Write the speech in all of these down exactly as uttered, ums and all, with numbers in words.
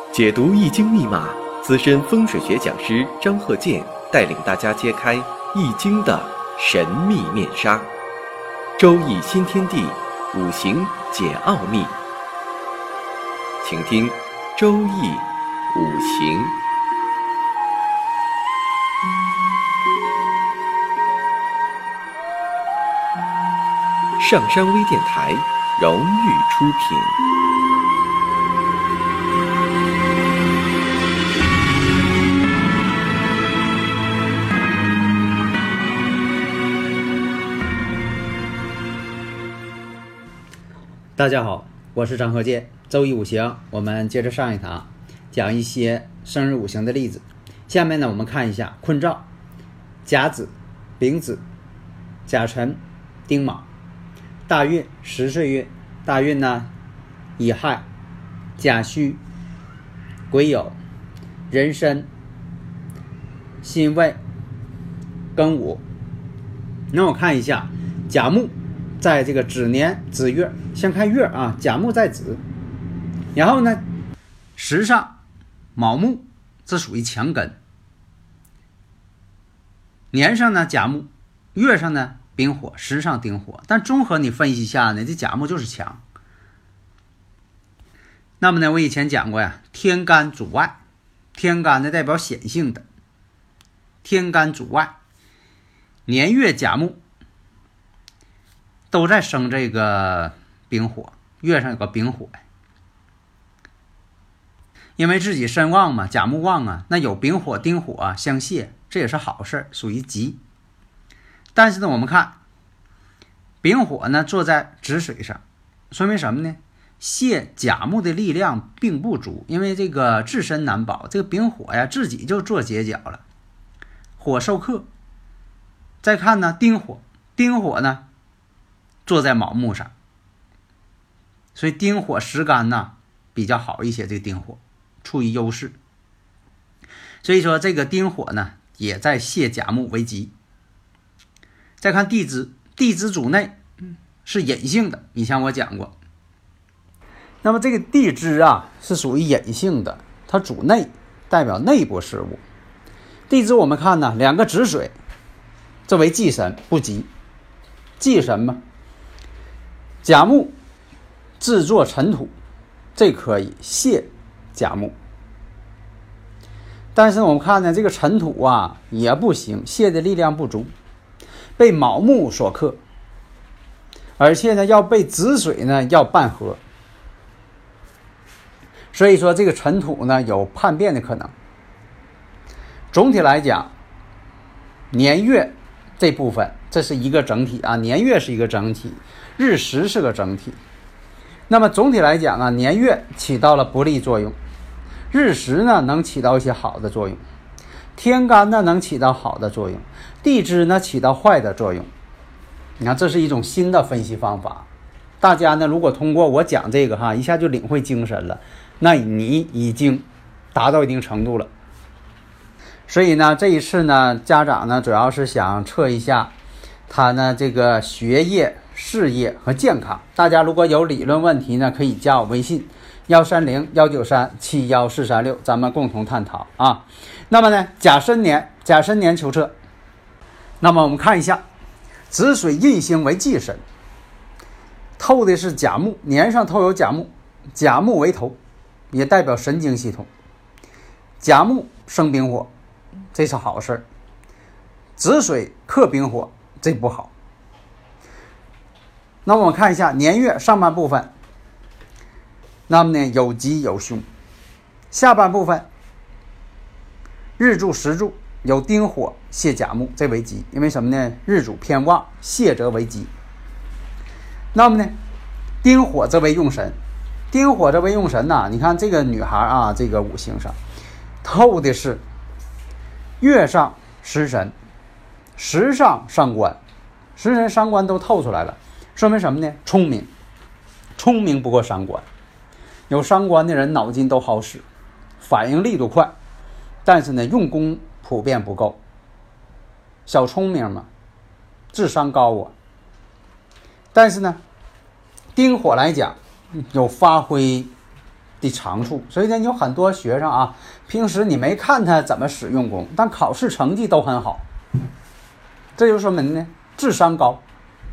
解读易经密码，资深风水学讲师张鹤剑带领大家揭开易经的神秘面纱。周易新天地，五行解奥秘。请听周易五行。上山微电台荣誉出品。 大家好，我是张鹤剑。周易五行，我们接着上一堂，讲一些生日五行的例子。下面呢，我们看一下坤兆：甲子、丙子、甲辰、丁卯。大运十岁运，大运呢，乙亥、甲戌、癸酉、壬申、辛未、庚午。那我看一下甲木在这个子年子月，先看月啊，甲木在子，然后呢时上卯木，这属于强根，年上呢甲木，月上呢丙火，时上丁火，但综合你分析一下呢，这甲木就是强。那么呢，我以前讲过呀，天干主外，天干呢代表显性的，天干主外，年月甲木都在生这个丙火，月上有个丙火，因为自己身旺嘛，甲木旺啊，那有丙火丁火啊相泄，这也是好事，属于吉。但是呢，我们看丙火呢坐在子水上，说明什么呢？泄甲木的力量并不足，因为这个自身难保，这个丙火呀自己就做结角了，火受克。再看呢丁火，丁火呢坐在卯木上，所以丁火时干呢比较好一些，这个丁火处于优势。所以说这个丁火呢也在泄甲木为吉。再看地支，地支主内是隐性的，以前我讲过。那么这个地支啊是属于隐性的，它主内，代表内部事物。地支我们看呢，两个子水，这为忌神，不吉。忌神嘛，甲木制作尘土，这可以泄甲木。但是我们看呢，这个尘土啊也不行，泄的力量不足，被卯木所克，而且呢要被子水呢要拌合，所以说这个尘土呢有叛变的可能。总体来讲，年月这部分这是一个整体啊，年月是一个整体，日时是个整体。那么总体来讲啊，年月起到了不利作用，日时呢能起到一些好的作用，天干呢能起到好的作用，地支呢起到坏的作用。你看，这是一种新的分析方法。大家呢如果通过我讲这个哈，一下就领会精神了，那你已经达到一定程度了。所以呢，这一次呢，家长呢主要是想测一下他呢这个学业、事业和健康。大家如果有理论问题呢，可以加我微信幺三零幺九三七幺四三六，咱们共同探讨啊。那么呢，甲申年，甲申年求测。那么我们看一下，子水印星为忌神，透的是甲木，年上透有甲木，甲木为头，也代表神经系统。甲木生丙火，这是好事。子水克丙火，这不好。那么我们看一下年月上半部分，那么呢有吉有凶，下半部分日柱时柱有丁火泄甲木，这为吉。因为什么呢？日主偏旺，泄则为吉。那么呢丁火则为用神，丁火则为用神呐、啊。你看这个女孩啊，这个五行上透的是月上食神，时上伤官，食神伤官都透出来了，说明什么呢？聪明，聪明不过伤官。有伤官的人脑筋都好使，反应力度快，但是呢用功普遍不够。小聪明嘛，智商高啊。但是呢丁火来讲有发挥的长处。所以呢，有很多学生啊，平时你没看他怎么使用功，但考试成绩都很好，这就说明呢智商高。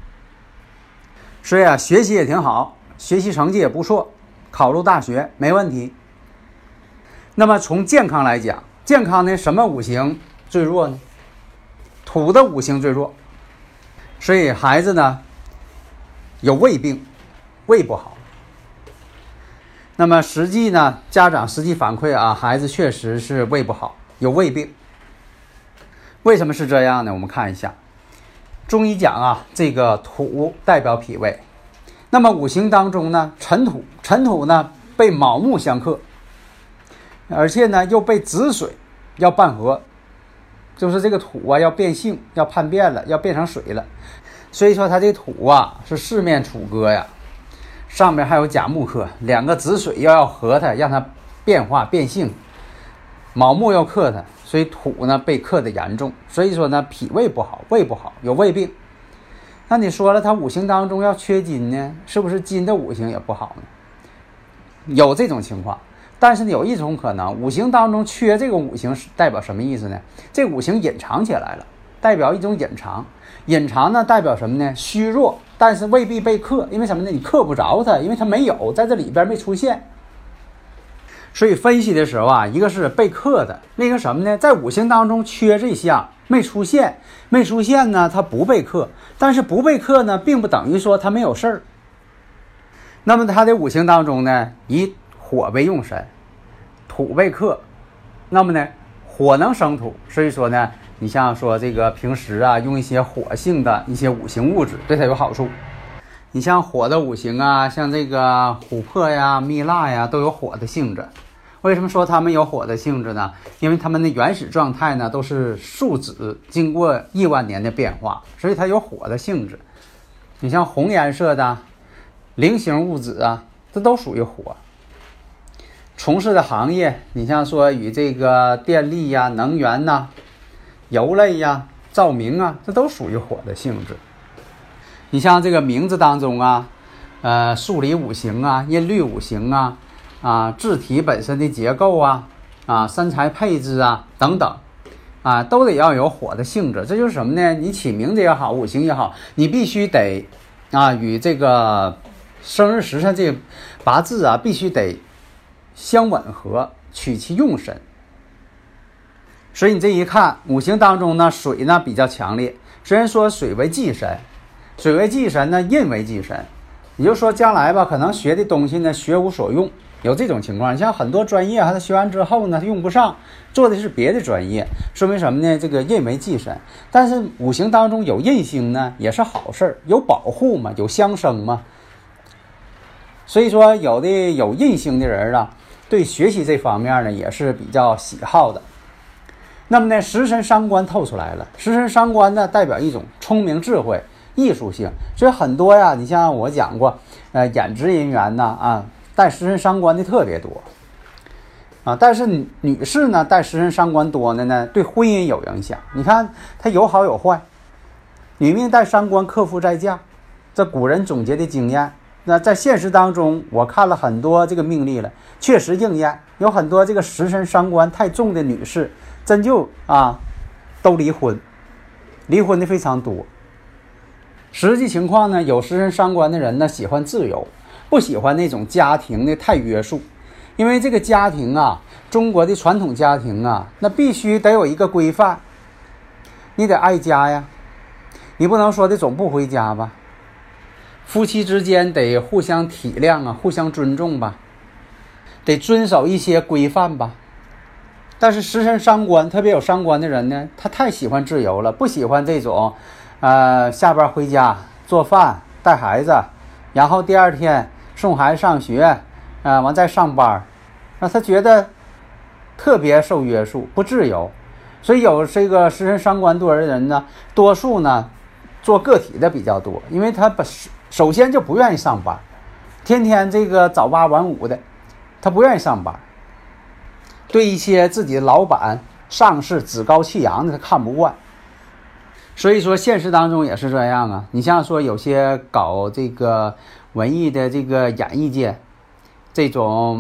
所以啊，学习也挺好，学习成绩也不错，考入大学没问题。那么从健康来讲，健康呢什么五行最弱呢？土的五行最弱，所以孩子呢有胃病，胃不好。那么实际呢，家长实际反馈啊，孩子确实是胃不好，有胃病。为什么是这样呢？我们看一下，中医讲啊，这个土代表脾胃，那么五行当中呢，辰土，辰土呢被卯木相克，而且呢又被子水要拌合，就是这个土啊要变性，要叛变了，要变成水了。所以说它这土啊是四面楚歌呀，上面还有甲木克，两个子水要要合它，让它变化变性，卯木要克它，所以土呢被克的严重。所以说呢脾胃不好，胃不好，有胃病。那你说了它五行当中要缺金呢，是不是金的五行也不好呢？有这种情况。但是有一种可能，五行当中缺这个五行是代表什么意思呢？这五行隐藏起来了，代表一种隐藏。隐藏呢代表什么呢？虚弱，但是未必被克。因为什么呢？你克不着它，因为它没有在这里边没出现。所以分析的时候啊，一个是被克的，另一个什么呢？在五行当中缺这项没出现，没出现呢它不被克，但是不被克呢并不等于说它没有事儿。那么它的五行当中呢，以火为用神，土被克，那么呢火能生土，所以说呢你像说这个平时啊用一些火性的一些五行物质对它有好处。你像火的五行啊，像这个琥珀呀、蜜蜡呀都有火的性质。为什么说它们有火的性质呢？因为它们的原始状态呢都是树脂，经过亿万年的变化，所以它有火的性质。你像红颜色的菱形物质啊，这都属于火。从事的行业，你像说与这个电力呀、能源呐、油类呀、照明啊，这都属于火的性质。你像这个名字当中啊，呃，数理五行啊、音律五行啊、啊字体本身的结构啊、啊身材配置啊等等，啊都得要有火的性质。这就是什么呢？你起名字也好，五行也好，你必须得啊与这个生日时辰这八字啊必须得相吻合，取其用神。所以你这一看，五行当中呢，水呢比较强烈。虽然说水为忌神，水为忌神呢，印为忌神。也就是说，将来吧，可能学的东西呢，学无所用，有这种情况。你像很多专业，他学完之后呢，他用不上，做的是别的专业，说明什么呢？这个印为忌神。但是五行当中有印星呢，也是好事儿，有保护嘛，有相生嘛。所以说，有的有印星的人啊，对学习这方面呢也是比较喜好的。那么呢，食神伤官透出来了，食神伤官呢代表一种聪明智慧、艺术性，所以很多呀，你像我讲过，呃，演职人员呢啊，带食神伤官的特别多啊。但是女士呢带食神伤官多的呢，对婚姻有影响。你看它有好有坏，女命带伤官克夫在嫁，这古人总结的经验。那在现实当中，我看了很多这个命例了，确实应验，有很多这个食神伤官太重的女士，真就啊都离婚，离婚的非常多。实际情况呢，有食神伤官的人呢喜欢自由，不喜欢那种家庭的太约束，因为这个家庭啊，中国的传统家庭啊，那必须得有一个规范，你得爱家呀，你不能说的总不回家吧。夫妻之间得互相体谅啊，互相尊重吧，得遵守一些规范吧。但是食神伤官，特别有伤官的人呢，他太喜欢自由了，不喜欢这种呃下班回家做饭带孩子，然后第二天送孩子上学，呃完再上班，那他觉得特别受约束，不自由。所以有这个食神伤官多的人呢，多数呢做个体的比较多，因为他把首先就不愿意上班，天天这个早八晚五的，他不愿意上班，对一些自己的老板上司趾高气扬的他看不惯。所以说现实当中也是这样啊。你像说有些搞这个文艺的这个演艺界，这种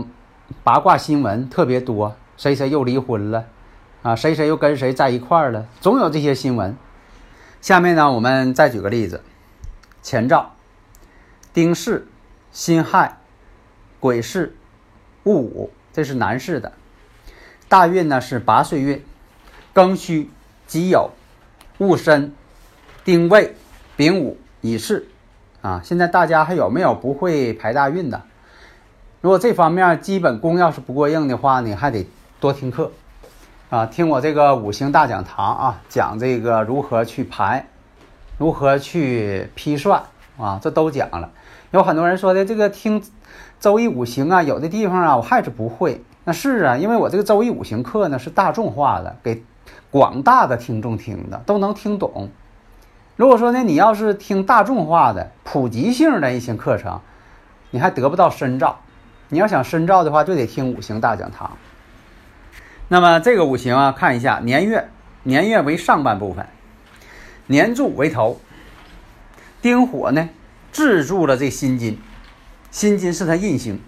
八卦新闻特别多，谁谁又离婚了啊，谁谁又跟谁在一块儿了，总有这些新闻。下面呢，我们再举个例子，前兆、丁巳、辛亥、癸巳、戊午，这是男士的。大运呢是八岁运，庚戌、己酉、戊申、丁未、丙午、乙巳啊。现在大家还有没有不会排大运的？如果这方面基本功要是不过硬的话，你还得多听课啊，听我这个五行大讲堂啊，讲这个如何去排，如何去批算啊，这都讲了。有很多人说的这个听周易五行啊，有的地方啊我还是不会。那是啊，因为我这个周易五行课呢是大众化的，给广大的听众听的，都能听懂。如果说呢，你要是听大众化的普及性的一些课程，你还得不到深造。你要想深造的话，就得听五行大讲堂。那么这个五行啊，看一下年月，年月为上半部分，年柱为头，丁火呢制住了这辛金，辛金是它印星。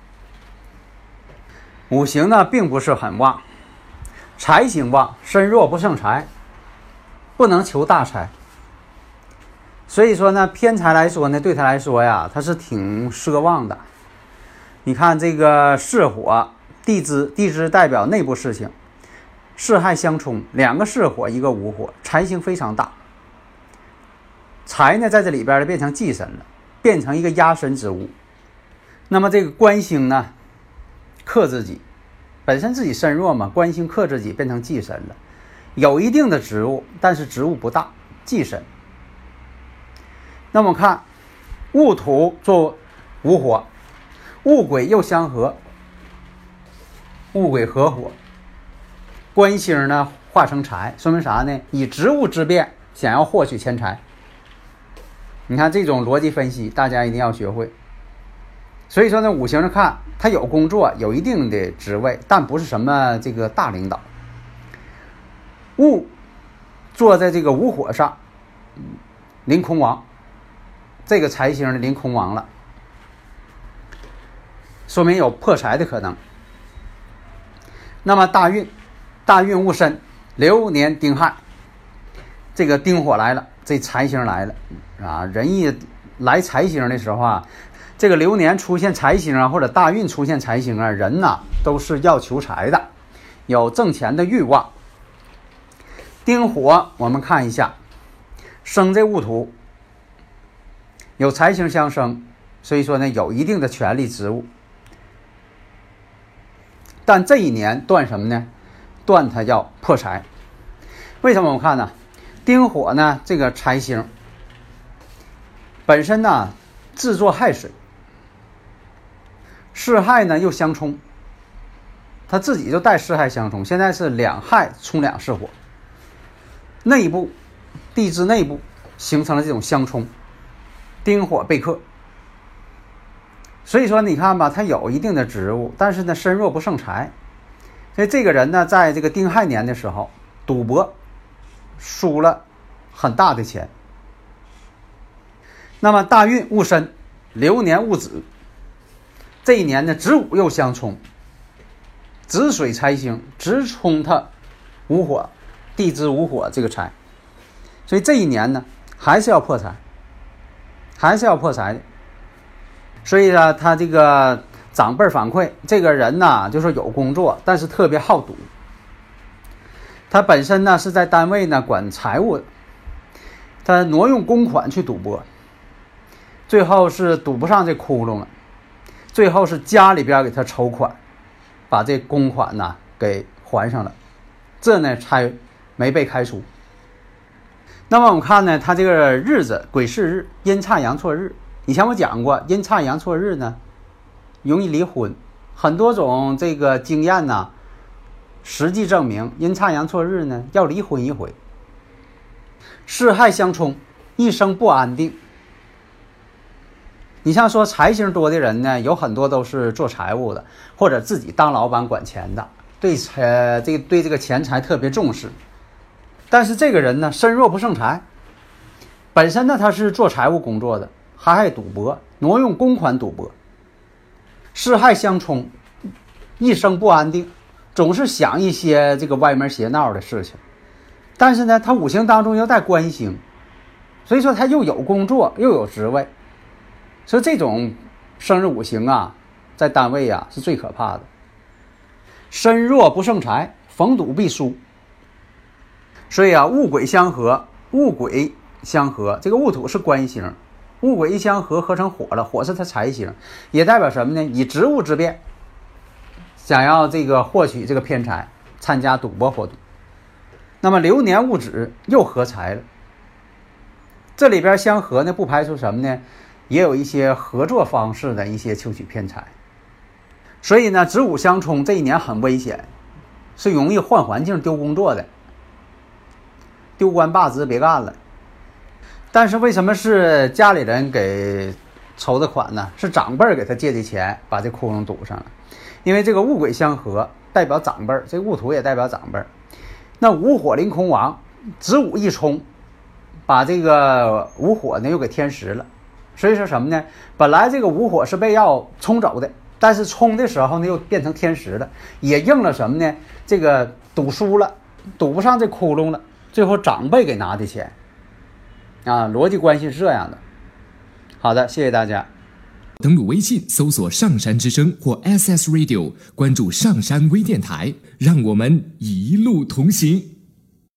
五行呢并不是很旺，财星旺，身弱不胜财，不能求大财。所以说呢，偏财来说呢，对他来说呀，他是挺奢望的。你看这个巳火地支，地支代表内部事情，巳亥相冲，两个巳火一个午火，财星非常大。财呢在这里边呢变成忌神了，变成一个压身之物。那么这个官星呢克自己，本身自己身弱嘛，官星克自己变成忌神了，有一定的职务，但是职务不大，忌神。那么看戊土做午火，戊癸又相合，戊癸合火，官星呢化成财，说明啥呢？以职务之便想要获取钱财。你看这种逻辑分析大家一定要学会。所以说呢，五行上看他有工作，有一定的职位，但不是什么这个大领导。戊坐在这个午火上，临空亡，这个财星临空亡了，说明有破财的可能。那么大运，大运戊申，流年丁亥，这个丁火来了，这财星来了啊！人一来财星的时候啊，这个流年出现财星啊，或者大运出现财星啊，人呐都是要求财的，有挣钱的欲望。丁火我们看一下，生这戊土，有财星相生，所以说呢有一定的权力职务。但这一年断什么呢？断它要破财。为什么我们看呢？丁火呢这个财星本身呢制作亥水，巳亥呢又相冲，他自己就带巳亥相冲，现在是两亥冲两巳火，内部地支内部形成了这种相冲，丁火被克。所以说你看吧，他有一定的职务，但是呢身弱不胜财。所以这个人呢在这个丁亥年的时候赌博输了很大的钱。那么大运戊申，流年戊子，这一年呢子午又相冲，子水财星直冲他午火，地支午火这个财。所以这一年呢还是要破财，还是要破财的。所以呢他这个长辈反馈，这个人呢就是有工作，但是特别好赌。他本身呢是在单位呢管财务的，他挪用公款去赌博，最后是赌不上这窟窿了，最后是家里边给他筹款，把这公款呢给还上了，这呢才没被开除。那么我们看呢，他这个日子癸巳日，阴差阳错日。以前我讲过，阴差阳错日呢容易离婚，很多种这个经验呢实际证明阴差阳错日呢要离婚一回。巳亥相冲，一生不安定。你像说财星多的人呢，有很多都是做财务的，或者自己当老板管钱的，对财这个对这个钱财特别重视。但是这个人呢身弱不胜财，本身呢他是做财务工作的，还爱赌博，挪用公款赌博。巳亥相冲， 一生不安定，总是想一些这个歪门邪闹的事情。但是呢，他五行当中又带官星，所以说他又有工作又有职位，所以这种生日五行啊，在单位啊是最可怕的。身弱不胜财，逢赌必输。所以啊，戊癸相合，戊癸相合，这个戊土是官星，戊癸一相合，合成火了，火是他财星，也代表什么呢？以职务之便，想要这个获取这个偏财，参加赌博活动。那么流年戊子又合财了，这里边相合呢，不排除什么呢？也有一些合作方式的一些求取偏财。所以呢，子午相冲这一年很危险，是容易换环境、丢工作的，丢官罢职别干了。但是为什么是家里人给筹的款呢？是长辈给他借的钱，把这窟窿堵上了。因为这个戊癸相合代表长辈，这戊土也代表长辈。那午火临空亡，子午一冲，把这个午火呢又给添实了。所以说什么呢？本来这个午火是被要冲走的，但是冲的时候呢又变成添实了，也应了什么呢？这个赌输了，赌不上这窟窿了，最后长辈给拿的钱啊，逻辑关系是这样的。好的，谢谢大家。 登录微信搜索上山之声或 S S Radio， 关注上山微电台，让我们一路同行。